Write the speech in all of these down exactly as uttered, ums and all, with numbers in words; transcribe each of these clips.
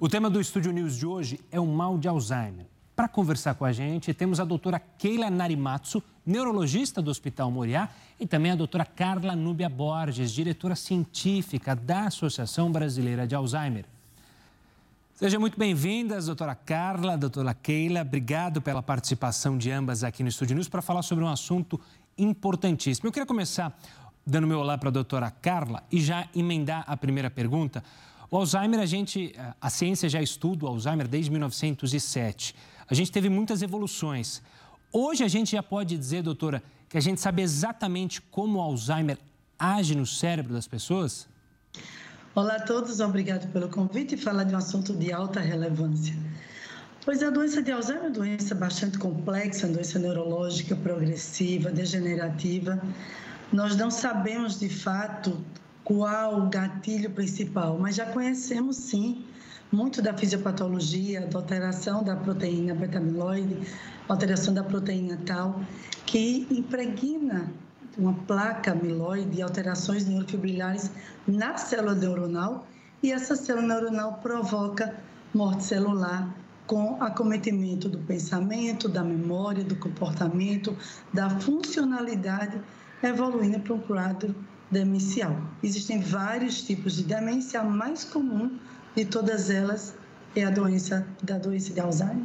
O tema do Estúdio News de hoje é o mal de Alzheimer. Para conversar com a gente, temos a doutora Keila Narimatsu, neurologista do Hospital Moriá, e também a doutora Carla Núbia Borges, diretora científica da Associação Brasileira de Alzheimer. Sejam muito bem-vindas, doutora Carla, doutora Keila. Obrigado pela participação de ambas aqui no Estúdio News para falar sobre um assunto importantíssimo. Eu queria começar dando meu olá para a doutora Carla e já emendar a primeira pergunta. O Alzheimer, a gente, a ciência já estuda o Alzheimer desde mil novecentos e sete. A gente teve muitas evoluções. Hoje a gente já pode dizer, doutora, que a gente sabe exatamente como o Alzheimer age no cérebro das pessoas? Olá a todos, obrigado pelo convite e falar de um assunto de alta relevância. Pois a doença de Alzheimer é uma doença bastante complexa, uma doença neurológica progressiva, degenerativa. Nós não sabemos de fato qual o gatilho principal, mas já conhecemos sim muito da fisiopatologia, da alteração da proteína beta-amiloide, alteração da proteína tau, que impregna uma placa amiloide e alterações neurofibrilares na célula neuronal, e essa célula neuronal provoca morte celular com acometimento do pensamento, da memória, do comportamento, da funcionalidade, evoluindo para um quadro demencial. Existem vários tipos de demência, a mais comum de todas elas é a doença da doença de Alzheimer.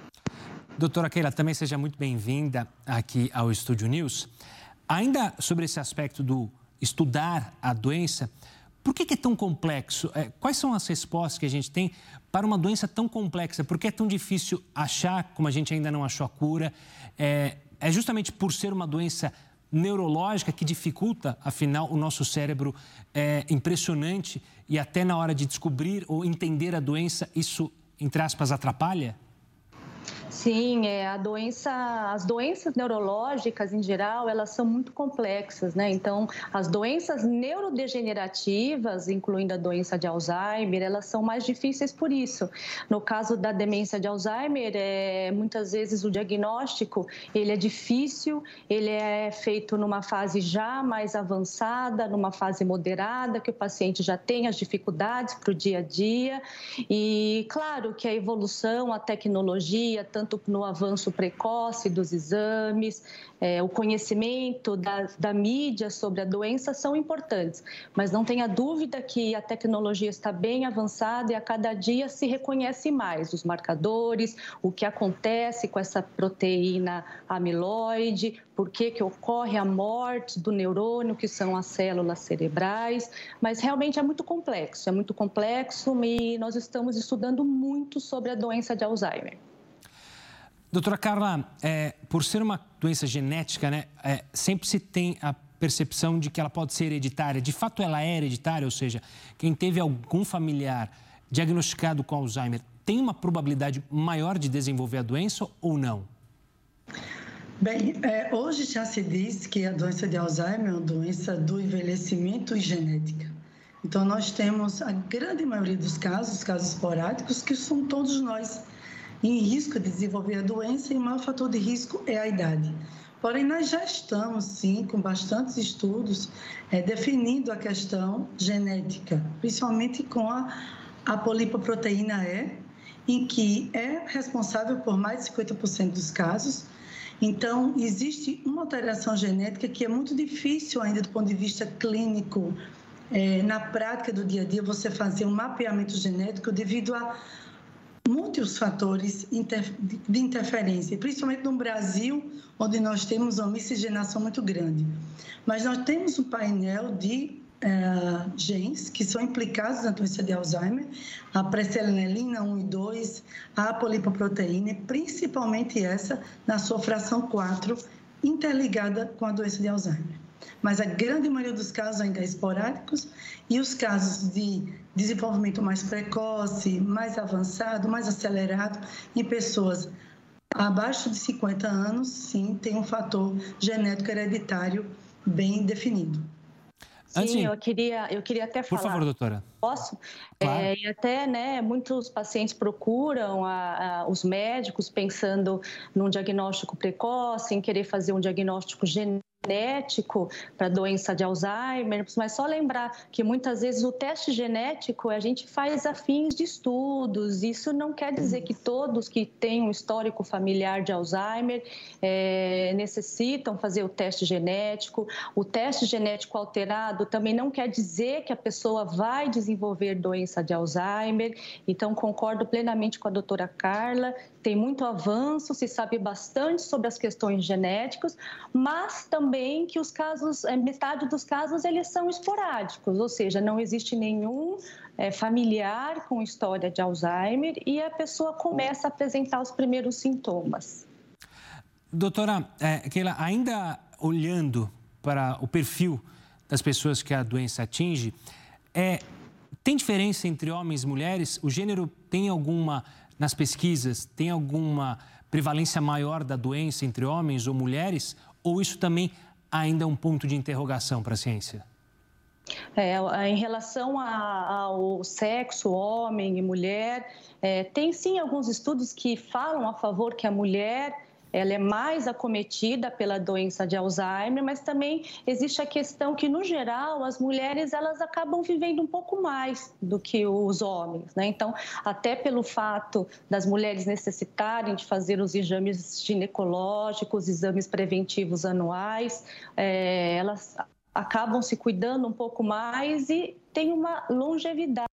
Doutora Keila, também seja muito bem-vinda aqui ao Estúdio News. Ainda sobre esse aspecto do estudar a doença, por que é tão complexo? Quais são as respostas que a gente tem para uma doença tão complexa? Por que é tão difícil achar, como a gente ainda não achou a cura? É, é justamente por ser uma doença neurológica que dificulta, afinal, o nosso cérebro é impressionante e até na hora de descobrir ou entender a doença, isso, entre aspas, atrapalha? Sim, é, a doença, as doenças neurológicas, em geral, elas são muito complexas, né? Então, as doenças neurodegenerativas, incluindo a doença de Alzheimer, elas são mais difíceis por isso. No caso da demência de Alzheimer, é, muitas vezes o diagnóstico, ele é difícil, ele é feito numa fase já mais avançada, numa fase moderada, que o paciente já tem as dificuldades para o dia a dia. E, claro, que a evolução, a tecnologia, tanto no avanço precoce dos exames, é, o conhecimento da, da mídia sobre a doença são importantes, mas não tenha dúvida que a tecnologia está bem avançada e a cada dia se reconhece mais os marcadores, o que acontece com essa proteína amiloide, por que que ocorre a morte do neurônio, que são as células cerebrais, mas realmente é muito complexo, é muito complexo e nós estamos estudando muito sobre a doença de Alzheimer. Doutora Carla, é, por ser uma doença genética, né, é, sempre se tem a percepção de que ela pode ser hereditária. De fato, ela é hereditária, ou seja, quem teve algum familiar diagnosticado com Alzheimer tem uma probabilidade maior de desenvolver a doença ou não? Bem, é, hoje já se diz que a doença de Alzheimer é uma doença do envelhecimento e genética. Então, nós temos a grande maioria dos casos, casos esporádicos, que são todos nós em risco de desenvolver a doença, e o maior fator de risco é a idade. Porém, nós já estamos, sim, com bastantes estudos, é, definindo a questão genética, principalmente com a, a polipoproteína E, em que é responsável por mais de cinquenta por cento dos casos. Então, existe uma alteração genética que é muito difícil ainda do ponto de vista clínico, é, na prática do dia a dia, você fazer um mapeamento genético devido a muitos fatores de interferência, principalmente no Brasil, onde nós temos uma miscigenação muito grande. Mas nós temos um painel de uh, genes que são implicados na doença de Alzheimer, a preselinelina um e dois, a polipoproteína, principalmente essa na sua fração quatro, interligada com a doença de Alzheimer. Mas a grande maioria dos casos ainda é esporádicos, e os casos de desenvolvimento mais precoce, mais avançado, mais acelerado, em pessoas abaixo de cinquenta anos, sim, tem um fator genético hereditário bem definido. Sim, Antes... eu, queria, eu queria até falar... Por favor, doutora. Posso? Claro. É, e até, né, muitos pacientes procuram a, a, os médicos pensando num diagnóstico precoce, em querer fazer um diagnóstico genético genético para a doença de Alzheimer, mas só lembrar que muitas vezes o teste genético a gente faz a fins de estudos. Isso não quer dizer que todos que têm um histórico familiar de Alzheimer é, necessitam fazer o teste genético. O teste genético alterado também não quer dizer que a pessoa vai desenvolver doença de Alzheimer. Então, concordo plenamente com a doutora Carla. Tem muito avanço, se sabe bastante sobre as questões genéticas, mas também que os casos, metade dos casos, eles são esporádicos, ou seja, não existe nenhum é, familiar com história de Alzheimer e a pessoa começa a apresentar os primeiros sintomas. Doutora é, Keila, ainda olhando para o perfil das pessoas que a doença atinge, é, tem diferença entre homens e mulheres? O gênero tem alguma... Nas pesquisas, tem alguma prevalência maior da doença entre homens ou mulheres? Ou isso também ainda é um ponto de interrogação para a ciência? É, em relação a, ao sexo, homem e mulher, é, tem sim alguns estudos que falam a favor que a mulher... ela é mais acometida pela doença de Alzheimer, mas também existe a questão que, no geral, as mulheres elas acabam vivendo um pouco mais do que os homens, né? Então, até pelo fato das mulheres necessitarem de fazer os exames ginecológicos, exames preventivos anuais, é, elas acabam se cuidando um pouco mais e têm uma longevidade.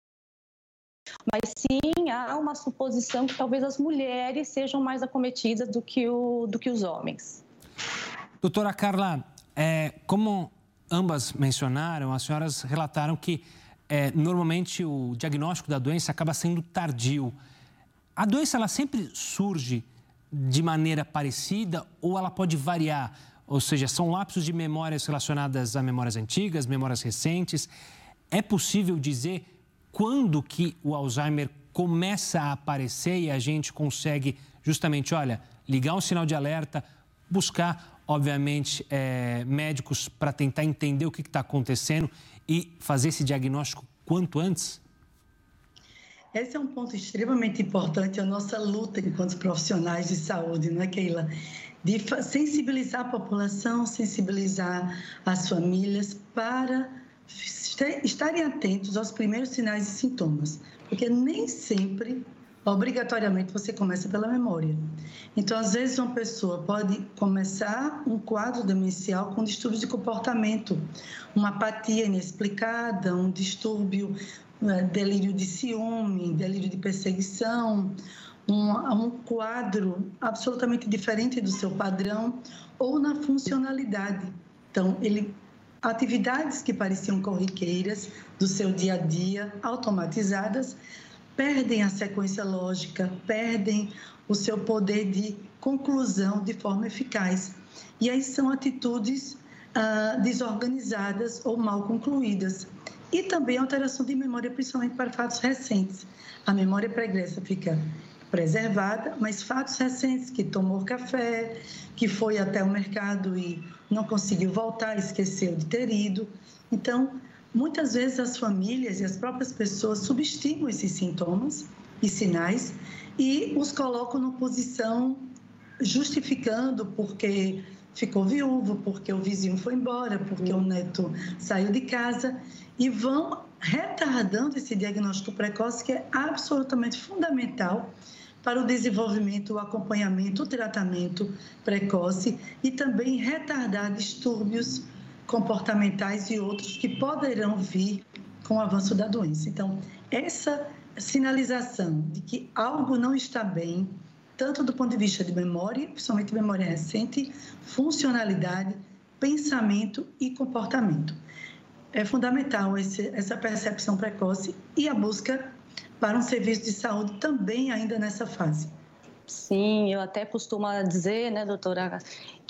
Mas sim, há uma suposição que talvez as mulheres sejam mais acometidas do que, o, do que os homens. Doutora Carla, é, como ambas mencionaram, as senhoras relataram que é, normalmente o diagnóstico da doença acaba sendo tardio. A doença ela sempre surge de maneira parecida ou ela pode variar? Ou seja, são lapsos de memórias relacionadas a memórias antigas, memórias recentes. É possível dizer quando que o Alzheimer começa a aparecer e a gente consegue justamente, olha, ligar um sinal de alerta, buscar, obviamente, é, médicos para tentar entender o que está acontecendo e fazer esse diagnóstico quanto antes? Esse é um ponto extremamente importante, a nossa luta enquanto profissionais de saúde, não é, Keila? De sensibilizar a população, sensibilizar as famílias para estarem atentos aos primeiros sinais e sintomas, porque nem sempre, obrigatoriamente, você começa pela memória. Então, às vezes, uma pessoa pode começar um quadro demencial com distúrbios de comportamento, uma apatia inexplicada, um distúrbio, delírio de ciúme, delírio de perseguição, um, um quadro absolutamente diferente do seu padrão ou na funcionalidade. Então, ele atividades que pareciam corriqueiras do seu dia a dia, automatizadas, perdem a sequência lógica, perdem o seu poder de conclusão de forma eficaz. E aí são atitudes ah, desorganizadas ou mal concluídas. E também alteração de memória, principalmente para fatos recentes. A memória pregressa fica preservada, mas fatos recentes, que tomou café, que foi até o mercado e não conseguiu voltar, esqueceu de ter ido. Então, muitas vezes as famílias e as próprias pessoas subestimam esses sintomas e sinais e os colocam numa posição justificando porque ficou viúvo, porque o vizinho foi embora, porque o neto saiu de casa e vão retardando esse diagnóstico precoce que é absolutamente fundamental para o desenvolvimento, o acompanhamento, o tratamento precoce e também retardar distúrbios comportamentais e outros que poderão vir com o avanço da doença. Então, essa sinalização de que algo não está bem, tanto do ponto de vista de memória, principalmente memória recente, funcionalidade, pensamento e comportamento. É fundamental esse, essa percepção precoce e a busca para um serviço de saúde também ainda nessa fase. Sim, eu até costumo dizer, né, doutora,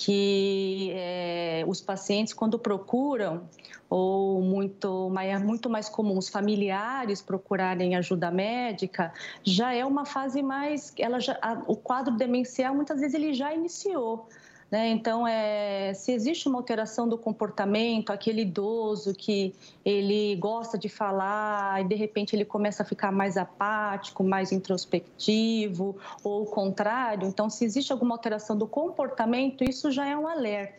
que é, os pacientes, quando procuram, ou muito mais, muito mais comum os familiares procurarem ajuda médica, já é uma fase mais... Ela já, a, o quadro demencial, muitas vezes, ele já iniciou. Né? Então, é, se existe uma alteração do comportamento, aquele idoso que ele gosta de falar e, de repente, ele começa a ficar mais apático, mais introspectivo, ou o contrário. Então, se existe alguma alteração do comportamento, isso já é um alerta.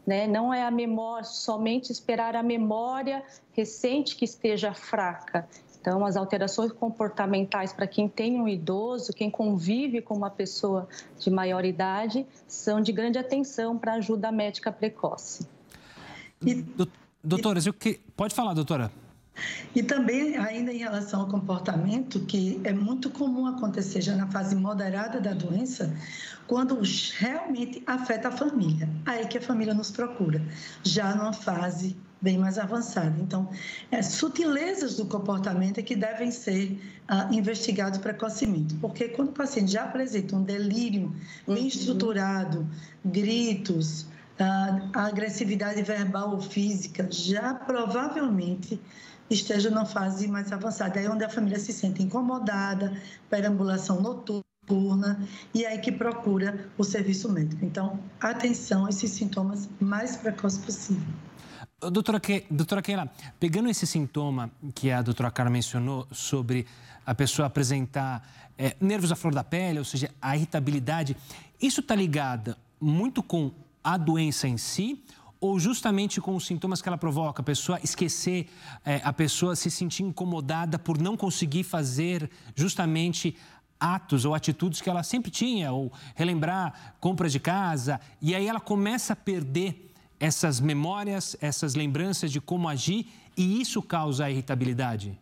né? Não é a memória, somente esperar a memória recente que esteja fraca. Então, as alterações comportamentais para quem tem um idoso, quem convive com uma pessoa de maior idade, são de grande atenção para ajuda médica precoce. E, doutoras, eu que... pode falar, doutora. E também, ainda em relação ao comportamento, que é muito comum acontecer já na fase moderada da doença, quando realmente afeta a família. Aí que a família nos procura, já numa fase bem mais avançada. Então, é, sutilezas do comportamento é que devem ser ah, investigados precocemente, porque quando o paciente já apresenta um delírio bem uhum. estruturado, gritos, ah, a agressividade verbal ou física, já provavelmente esteja numa fase mais avançada. Aí é onde a família se sente incomodada, perambulação noturna, e aí que procura o serviço médico. Então, atenção a esses sintomas mais precoces possível. Doutora, Ke... doutora Keila, pegando esse sintoma que a doutora Carla mencionou sobre a pessoa apresentar é, nervos à flor da pele, ou seja, a irritabilidade, isso está ligado muito com a doença em si ou justamente com os sintomas que ela provoca? A pessoa esquecer, é, a pessoa se sentir incomodada por não conseguir fazer justamente atos ou atitudes que ela sempre tinha, ou relembrar compras de casa, e aí ela começa a perder essas memórias, essas lembranças de como agir, e isso causa a irritabilidade?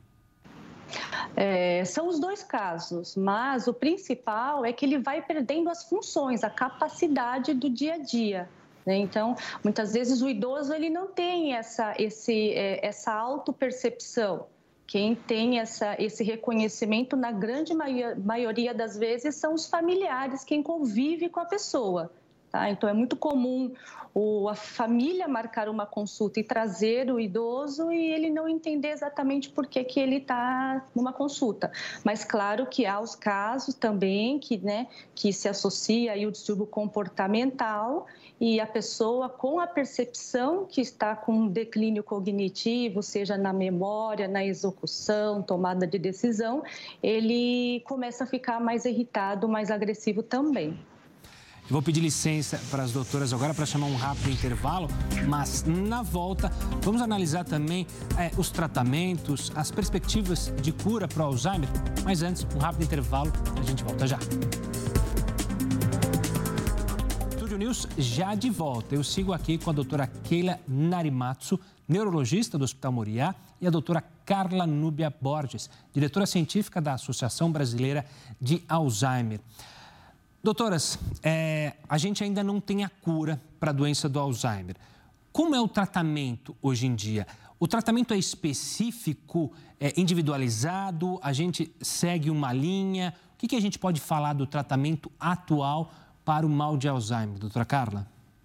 É, são os dois casos, mas o principal é que ele vai perdendo as funções, a capacidade do dia a dia. Né? Então, muitas vezes o idoso ele não tem essa, esse, essa autopercepção. Quem tem essa, esse reconhecimento, na grande maioria das vezes, são os familiares, quem convive com a pessoa. Tá? Então, é muito comum o, a família marcar uma consulta e trazer o idoso e ele não entender exatamente por que, que ele está numa consulta. Mas, claro que há os casos também que, né, que se associa aí o distúrbio comportamental e a pessoa com a percepção que está com um declínio cognitivo, seja na memória, na execução, tomada de decisão, ele começa a ficar mais irritado, mais agressivo também. Eu vou pedir licença para as doutoras agora para chamar um rápido intervalo, mas na volta vamos analisar também é, os tratamentos, as perspectivas de cura para o Alzheimer. Mas antes, um rápido intervalo e a gente volta já. Estúdio News já de volta. Eu sigo aqui com a doutora Keila Narimatsu, neurologista do Hospital Moriá, e a doutora Carla Núbia Borges, diretora científica da Associação Brasileira de Alzheimer. Doutoras, é, a gente ainda não tem a cura para a doença do Alzheimer. Como é o tratamento hoje em dia? O tratamento é específico, é individualizado? A gente segue uma linha? O que, que a gente pode falar do tratamento atual para o mal de Alzheimer, doutora Carla?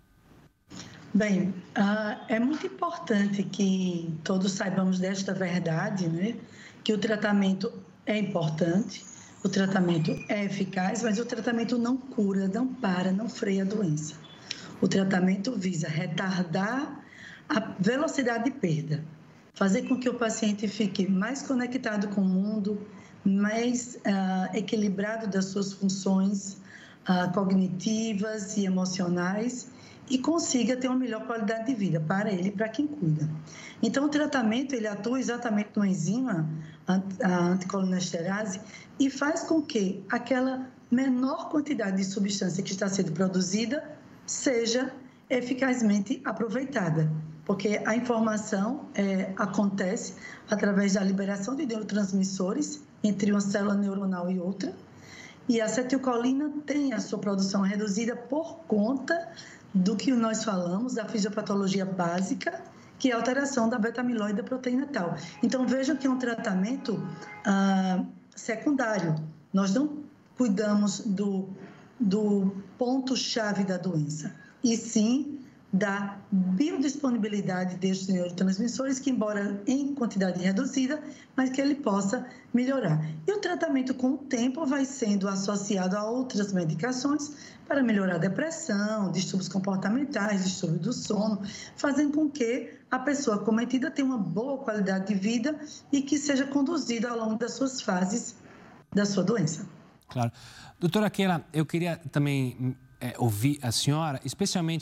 Bem, uh, é muito importante que todos saibamos desta verdade, né? Que o tratamento é importante. O tratamento é eficaz, mas o tratamento não cura, não para, não freia a doença. O tratamento visa retardar a velocidade de perda, fazer com que o paciente fique mais conectado com o mundo, mais uh, equilibrado das suas funções uh, cognitivas e emocionais e consiga ter uma melhor qualidade de vida para ele e para quem cuida. Então, o tratamento ele atua exatamente numa enzima, a anticolinesterase, e faz com que aquela menor quantidade de substância que está sendo produzida seja eficazmente aproveitada, porque a informação é, acontece através da liberação de neurotransmissores entre uma célula neuronal e outra, e a acetilcolina tem a sua produção reduzida por conta do que nós falamos, da fisiopatologia básica, que é a alteração da beta-amiloide da proteína tal. Então, vejam que é um tratamento ah, secundário. Nós não cuidamos do, do ponto-chave da doença, e sim da biodisponibilidade destes neurotransmissores, que, embora em quantidade reduzida, mas que ele possa melhorar. E o tratamento, com o tempo, vai sendo associado a outras medicações para melhorar a depressão, distúrbios comportamentais, distúrbio do sono, fazendo com que a pessoa cometida tenha uma boa qualidade de vida e que seja conduzida ao longo das suas fases da sua doença. Claro. Doutora Keila, eu queria também é, ouvir a senhora, especialmente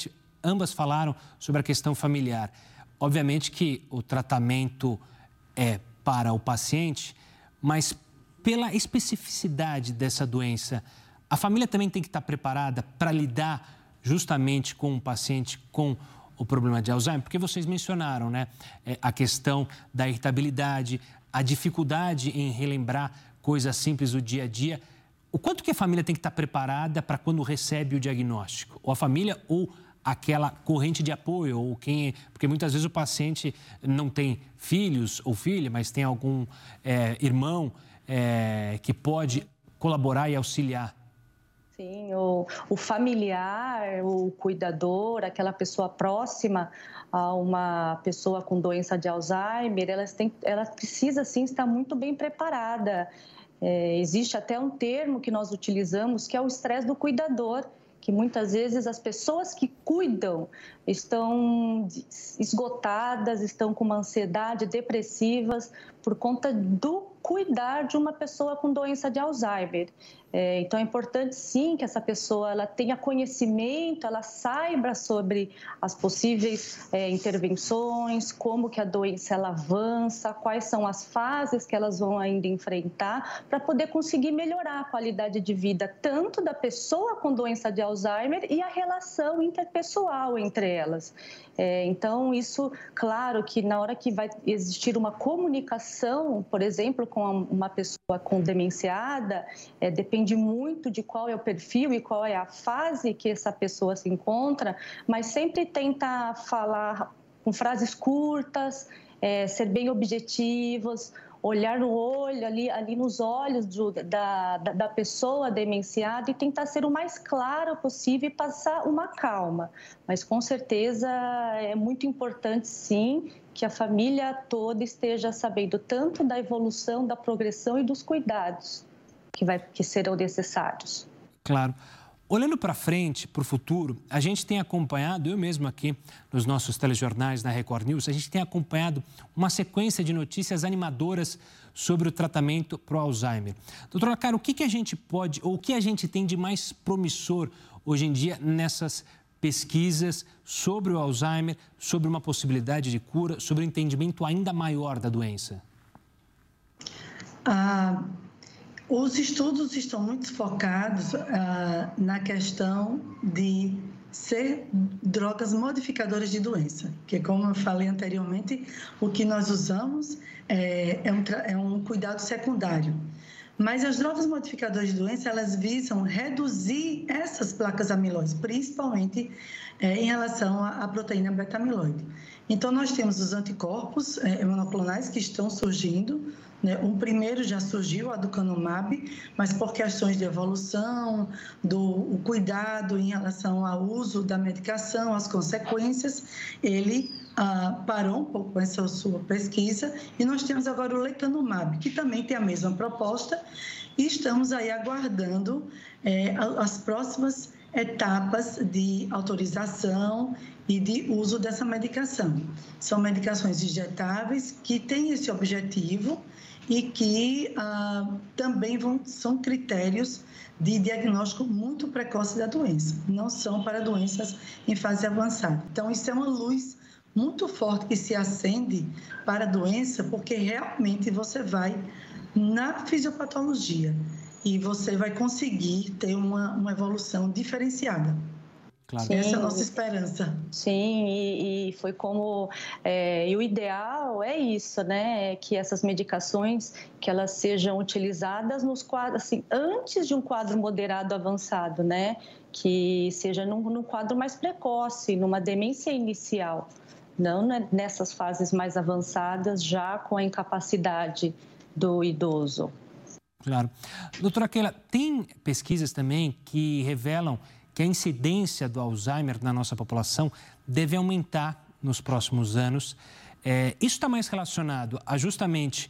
ambas falaram sobre a questão familiar. Obviamente que o tratamento é para o paciente, mas pela especificidade dessa doença, a família também tem que estar preparada para lidar justamente com um paciente com o problema de Alzheimer, porque vocês mencionaram, né, a questão da irritabilidade, a dificuldade em relembrar coisas simples do dia a dia. O quanto que a família tem que estar preparada para quando recebe o diagnóstico? Ou a família ou aquela corrente de apoio, ou quem... Porque muitas vezes o paciente não tem filhos ou filha, mas tem algum é, irmão é, que pode colaborar e auxiliar. Sim, o, o familiar, o cuidador, aquela pessoa próxima a uma pessoa com doença de Alzheimer, ela, tem, ela precisa, sim, estar muito bem preparada. É, existe até um termo que nós utilizamos, que é o estresse do cuidador, que muitas vezes as pessoas que cuidam estão esgotadas, estão com uma ansiedade, depressivas, por conta do cuidar de uma pessoa com doença de Alzheimer. É, então, é importante, sim, que essa pessoa ela tenha conhecimento, ela saiba sobre as possíveis é, intervenções, como que a doença ela avança, quais são as fases que elas vão ainda enfrentar, para poder conseguir melhorar a qualidade de vida tanto da pessoa com doença de Alzheimer e a relação interpessoal entre elas. É, então, isso, claro que na hora que vai existir uma comunicação, por exemplo, com uma pessoa com demenciada, é, depende muito de qual é o perfil e qual é a fase que essa pessoa se encontra, mas sempre tenta falar com frases curtas, é, ser bem objetivos, olhar no olho, ali, ali nos olhos do, da, da, da pessoa demenciada e tentar ser o mais claro possível e passar uma calma. Mas, com certeza, é muito importante, sim, que a família toda esteja sabendo tanto da evolução, da progressão e dos cuidados que, vai, que serão necessários. Claro. Olhando para frente, para o futuro, a gente tem acompanhado, eu mesmo aqui nos nossos telejornais, na Record News, a gente tem acompanhado uma sequência de notícias animadoras sobre o tratamento para o Alzheimer. Doutora Cara, o que, que a gente pode, ou o que a gente tem de mais promissor hoje em dia nessas pesquisas sobre o Alzheimer, sobre uma possibilidade de cura, sobre um entendimento ainda maior da doença? Ah... Os estudos estão muito focados ah, na questão de ser drogas modificadoras de doença, que, como eu falei anteriormente, o que nós usamos é, é, um, é um cuidado secundário. Mas as drogas modificadoras de doença, elas visam reduzir essas placas amiloides, principalmente é, em relação à, à proteína beta-amiloide. Então, nós temos os anticorpos é, monoclonais que estão surgindo. Um primeiro já surgiu, o aducanumab, mas por questões de evolução, do o cuidado em relação ao uso da medicação, as consequências, ele ah, parou um pouco com essa sua pesquisa. E nós temos agora o lecanemab, que também tem a mesma proposta, e estamos aí aguardando é, as próximas etapas de autorização e de uso dessa medicação. São medicações injetáveis que têm esse objetivo e que ah, também vão, são critérios de diagnóstico muito precoce da doença, não são para doenças em fase avançada. Então, isso é uma luz muito forte que se acende para a doença, porque realmente você vai na fisiopatologia e você vai conseguir ter uma, uma evolução diferenciada. Claro. Essa é a nossa esperança. Sim, e, e foi como... É, e o ideal é isso, né? É que essas medicações, que elas sejam utilizadas nos quadros, assim, antes de um quadro moderado avançado, né? Que seja num, num quadro mais precoce, numa demência inicial. Não nessas fases mais avançadas, já com a incapacidade do idoso. Claro. Doutora Keila, tem pesquisas também que revelam que a incidência do Alzheimer na nossa população deve aumentar nos próximos anos. É, isso está mais relacionado a justamente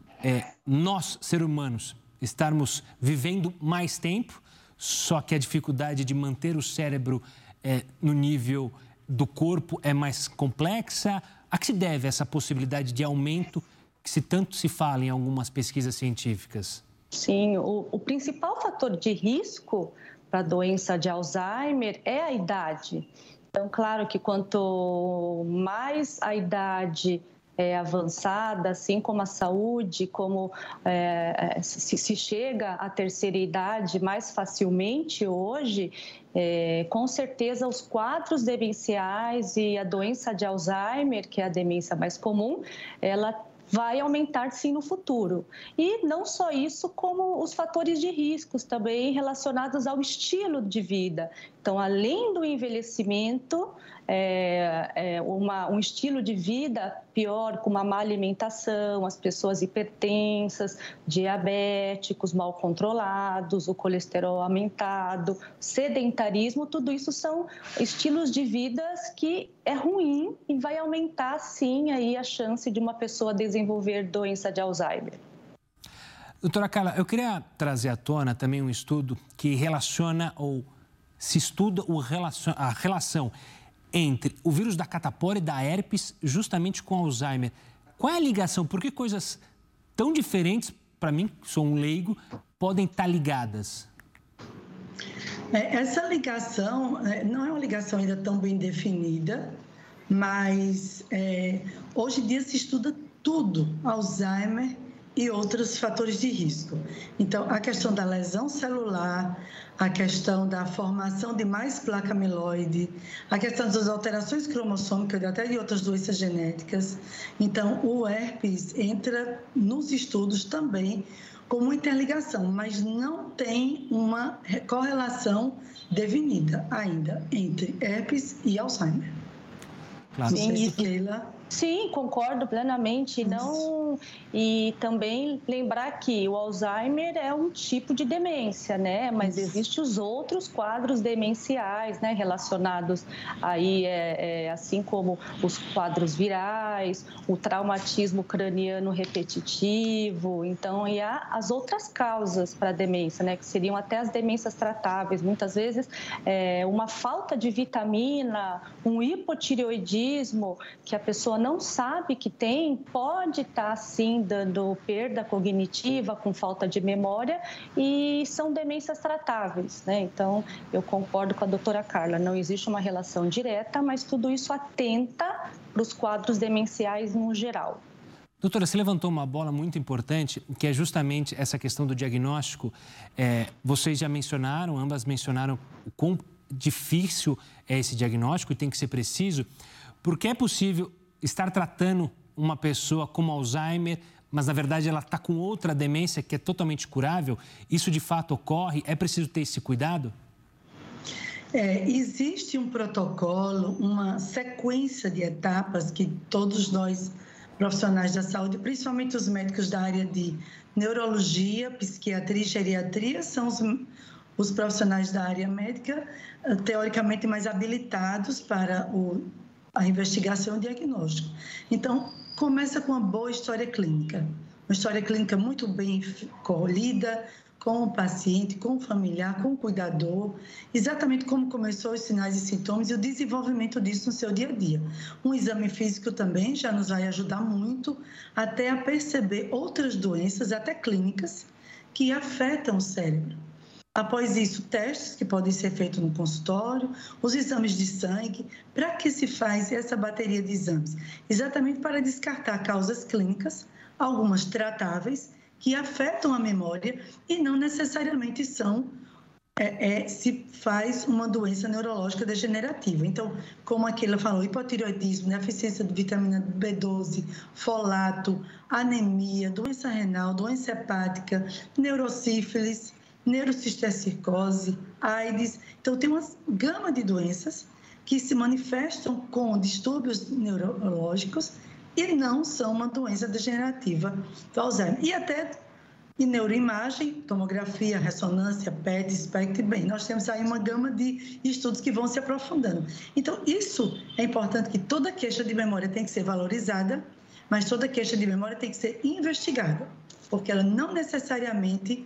é, nós, seres humanos, estarmos vivendo mais tempo, só que a dificuldade de manter o cérebro é, no nível do corpo é mais complexa. A que se deve essa possibilidade de aumento que se tanto se fala em algumas pesquisas científicas? Sim, o, o principal fator de risco para a doença de Alzheimer é a idade. Então, claro que quanto mais a idade é avançada, assim como a saúde, como é, se, se chega à terceira idade mais facilmente hoje, é, com certeza os quadros demenciais e a doença de Alzheimer, que é a demência mais comum, ela vai aumentar sim no futuro. E não só isso, como os fatores de riscos também relacionados ao estilo de vida. Então, além do envelhecimento, é, é uma, um estilo de vida pior, com uma má alimentação, as pessoas hipertensas, diabéticos, mal controlados, o colesterol aumentado, sedentarismo, tudo isso são estilos de vida que é ruim e vai aumentar, sim, aí a chance de uma pessoa desenvolver doença de Alzheimer. Doutora Carla, eu queria trazer à tona também um estudo que relaciona ou se estuda o relacion, a relação entre o vírus da catapora e da herpes justamente com Alzheimer. Qual é a ligação? Por que coisas tão diferentes, para mim, que sou um leigo, podem estar ligadas? É, essa ligação é, não é uma ligação ainda tão bem definida, mas é, hoje em dia se estuda tudo, Alzheimer e outros fatores de risco. Então, a questão da lesão celular, a questão da formação de mais placa amiloide, a questão das alterações cromossômicas, até de outras doenças genéticas. Então, o herpes entra nos estudos também como interligação, mas não tem uma correlação definida ainda entre herpes e Alzheimer. Claro. Não sei se Keila... Sim, concordo plenamente. Não... E também lembrar que o Alzheimer é um tipo de demência, né? Mas existem os outros quadros demenciais, né? Relacionados aí, é, é, assim como os quadros virais, o traumatismo craniano repetitivo. Então, e há as outras causas para a demência, né? Que seriam até as demências tratáveis. Muitas vezes, é, uma falta de vitamina, um hipotireoidismo que a pessoa não sabe que tem, pode estar, sim, dando perda cognitiva, com falta de memória, e são demências tratáveis, né? Então, eu concordo com a doutora Carla, não existe uma relação direta, mas tudo isso atenta para os quadros demenciais no geral. Doutora, você levantou uma bola muito importante, que é justamente essa questão do diagnóstico. É, vocês já mencionaram, ambas mencionaram o quão difícil é esse diagnóstico e tem que ser preciso, porque é possível estar tratando uma pessoa com Alzheimer, mas na verdade ela está com outra demência que é totalmente curável. Isso de fato ocorre? É preciso ter esse cuidado? É, existe um protocolo, uma sequência de etapas que todos nós, profissionais da saúde, principalmente os médicos da área de neurologia, psiquiatria e geriatria, são os, os profissionais da área médica teoricamente mais habilitados para o a investigação e o diagnóstico. Então, começa com uma boa história clínica. Uma história clínica muito bem colhida, com o paciente, com o familiar, com o cuidador, exatamente como começou os sinais e sintomas e o desenvolvimento disso no seu dia a dia. Um exame físico também já nos vai ajudar muito até a perceber outras doenças, até clínicas, que afetam o cérebro. Após isso, testes que podem ser feitos no consultório, os exames de sangue. Para que se faz essa bateria de exames? Exatamente para descartar causas clínicas, algumas tratáveis, que afetam a memória e não necessariamente são, é, é, se faz uma doença neurológica degenerativa. Então, como a Keila falou, hipotireoidismo, deficiência de vitamina B doze, folato, anemia, doença renal, doença hepática, neurocífilis, neurocisticercose, AIDS. Então, tem uma gama de doenças que se manifestam com distúrbios neurológicos e não são uma doença degenerativa do Alzheimer. E até em neuroimagem, tomografia, ressonância, P E T, SPECT, bem, nós temos aí uma gama de estudos que vão se aprofundando. Então, isso é importante, que toda queixa de memória tem que ser valorizada, mas toda queixa de memória tem que ser investigada, porque ela não necessariamente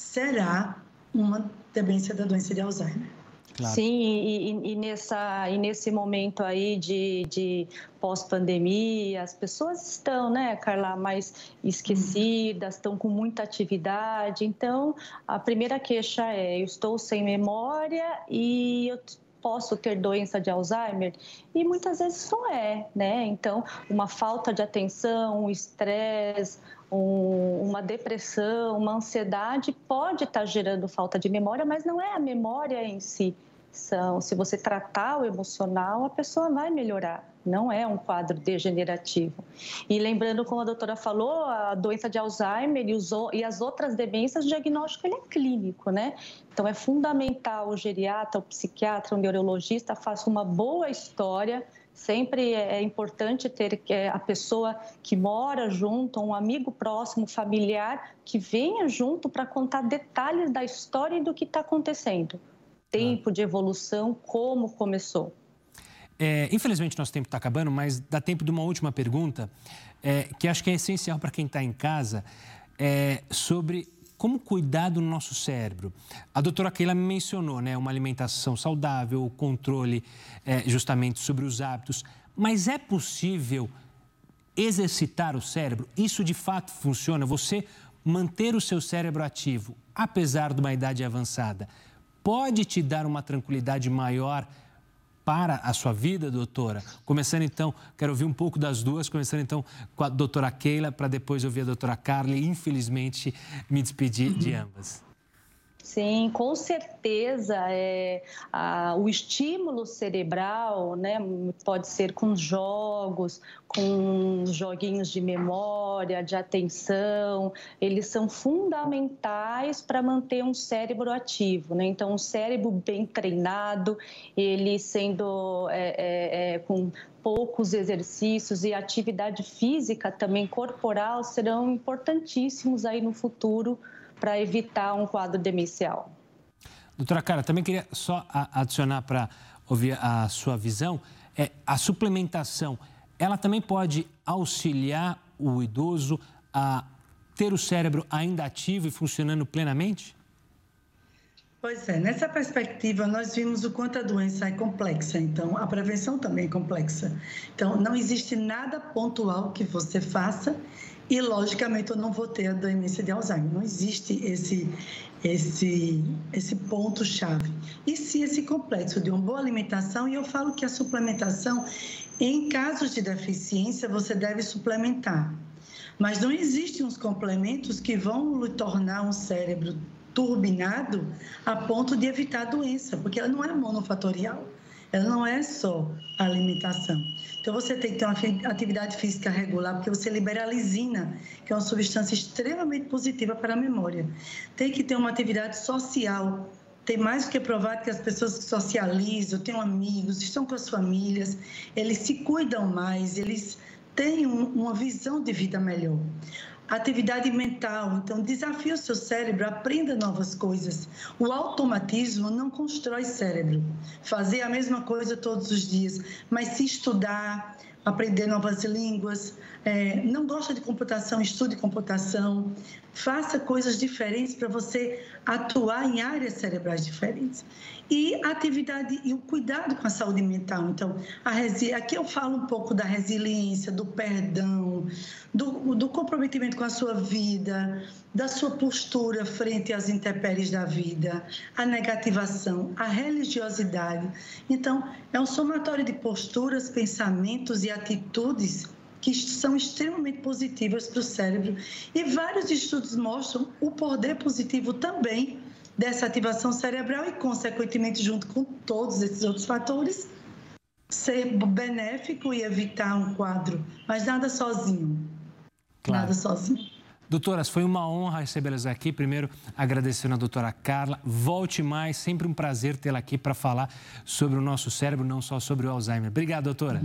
será uma demência da doença de Alzheimer. Claro. Sim, e, e, e, nessa, e nesse momento aí de, de pós-pandemia, as pessoas estão, né, Carla, mais esquecidas, estão com muita atividade. Então, a primeira queixa é: eu estou sem memória e eu posso ter doença de Alzheimer? E muitas vezes não é, né? Então, uma falta de atenção, um estresse, um, uma depressão, uma ansiedade pode estar gerando falta de memória, mas não é a memória em si. São, se você tratar o emocional, a pessoa vai melhorar. Não é um quadro degenerativo. E lembrando, como a doutora falou, a doença de Alzheimer e, os, e as outras demências, o diagnóstico ele é clínico, né? Então, é fundamental o geriatra, o psiquiatra, o neurologista faça uma boa história. Sempre é importante ter a pessoa que mora junto, um amigo próximo, familiar, que venha junto para contar detalhes da história e do que está acontecendo. Tempo de evolução, como começou. É, infelizmente, nosso tempo está acabando, mas dá tempo de uma última pergunta, é, que acho que é essencial para quem está em casa, é, sobre como cuidar do nosso cérebro. A doutora Keila mencionou, né, uma alimentação saudável, o controle é, justamente sobre os hábitos, mas é possível exercitar o cérebro? Isso de fato funciona? Você manter o seu cérebro ativo, apesar de uma idade avançada, pode te dar uma tranquilidade maior para a sua vida, doutora? Começando então, quero ouvir um pouco das duas, começando então com a doutora Keila, para depois ouvir a doutora Carla e, infelizmente, me despedir uhum. de ambas. Sim, com certeza. É, a, o estímulo cerebral, né, pode ser com jogos, com joguinhos de memória, de atenção, eles são fundamentais para manter um cérebro ativo, né? Então, um cérebro bem treinado, ele sendo é, é, é, com poucos exercícios e atividade física também corporal serão importantíssimos aí no futuro para evitar um quadro demencial. Doutora Carla, também queria só adicionar para ouvir a sua visão, é, a suplementação, ela também pode auxiliar o idoso a ter o cérebro ainda ativo e funcionando plenamente? Pois é, nessa perspectiva nós vimos o quanto a doença é complexa, então a prevenção também é complexa. Então não existe nada pontual que você faça e, logicamente, eu não vou ter a demência de Alzheimer. Não existe esse, esse, esse ponto-chave. E sim esse complexo de uma boa alimentação, e eu falo que a suplementação, em casos de deficiência, você deve suplementar. Mas não existem uns complementos que vão lhe tornar um cérebro turbinado a ponto de evitar a doença, porque ela não é monofatorial. Ela não é só a alimentação. Então, você tem que ter uma atividade física regular, porque você libera a lisina, que é uma substância extremamente positiva para a memória. Tem que ter uma atividade social. Tem mais do que provado que as pessoas que socializam, têm amigos, estão com as famílias, eles se cuidam mais, eles têm um, uma visão de vida melhor. Atividade mental, então desafie o seu cérebro, aprenda novas coisas. O automatismo não constrói cérebro. Fazer a mesma coisa todos os dias, mas se estudar, aprender novas línguas, é, não gosta de computação, estude computação, faça coisas diferentes para você atuar em áreas cerebrais diferentes. E a atividade e o cuidado com a saúde mental. Então, a resi... aqui eu falo um pouco da resiliência, do perdão, do, do comprometimento com a sua vida, da sua postura frente às intempéries da vida, a negativação, a religiosidade. Então, é um somatório de posturas, pensamentos e atitudes que são extremamente positivas para o cérebro. E vários estudos mostram o poder positivo também dessa ativação cerebral e, consequentemente, junto com todos esses outros fatores, ser benéfico e evitar um quadro, mas nada sozinho. Claro. Nada sozinho. Doutoras, foi uma honra recebê-las aqui. Primeiro, agradecendo a doutora Carla. Volte mais, sempre um prazer tê-la aqui para falar sobre o nosso cérebro, não só sobre o Alzheimer. Obrigado, doutora.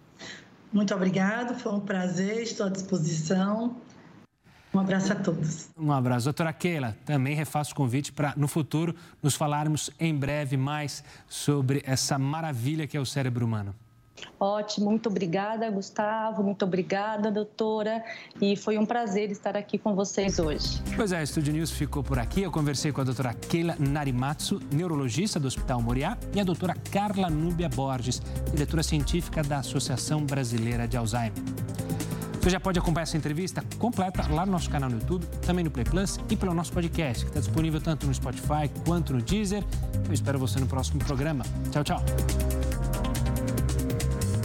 Muito obrigado, foi um prazer, estou à disposição. Um abraço a todos. Um abraço. Doutora Keila, também refaço o convite para, no futuro, nos falarmos em breve mais sobre essa maravilha que é o cérebro humano. Ótimo, muito obrigada, Gustavo, muito obrigada, doutora, e foi um prazer estar aqui com vocês hoje. Pois é, o Estúdio News ficou por aqui. Eu conversei com a doutora Keila Narimatsu, neurologista do Hospital Moriá, e a doutora Carla Núbia Borges, diretora científica da Associação Brasileira de Alzheimer. Você já pode acompanhar essa entrevista completa lá no nosso canal no YouTube, também no Play Plus e pelo nosso podcast, que está disponível tanto no Spotify quanto no Deezer. Eu espero você no próximo programa. Tchau, tchau.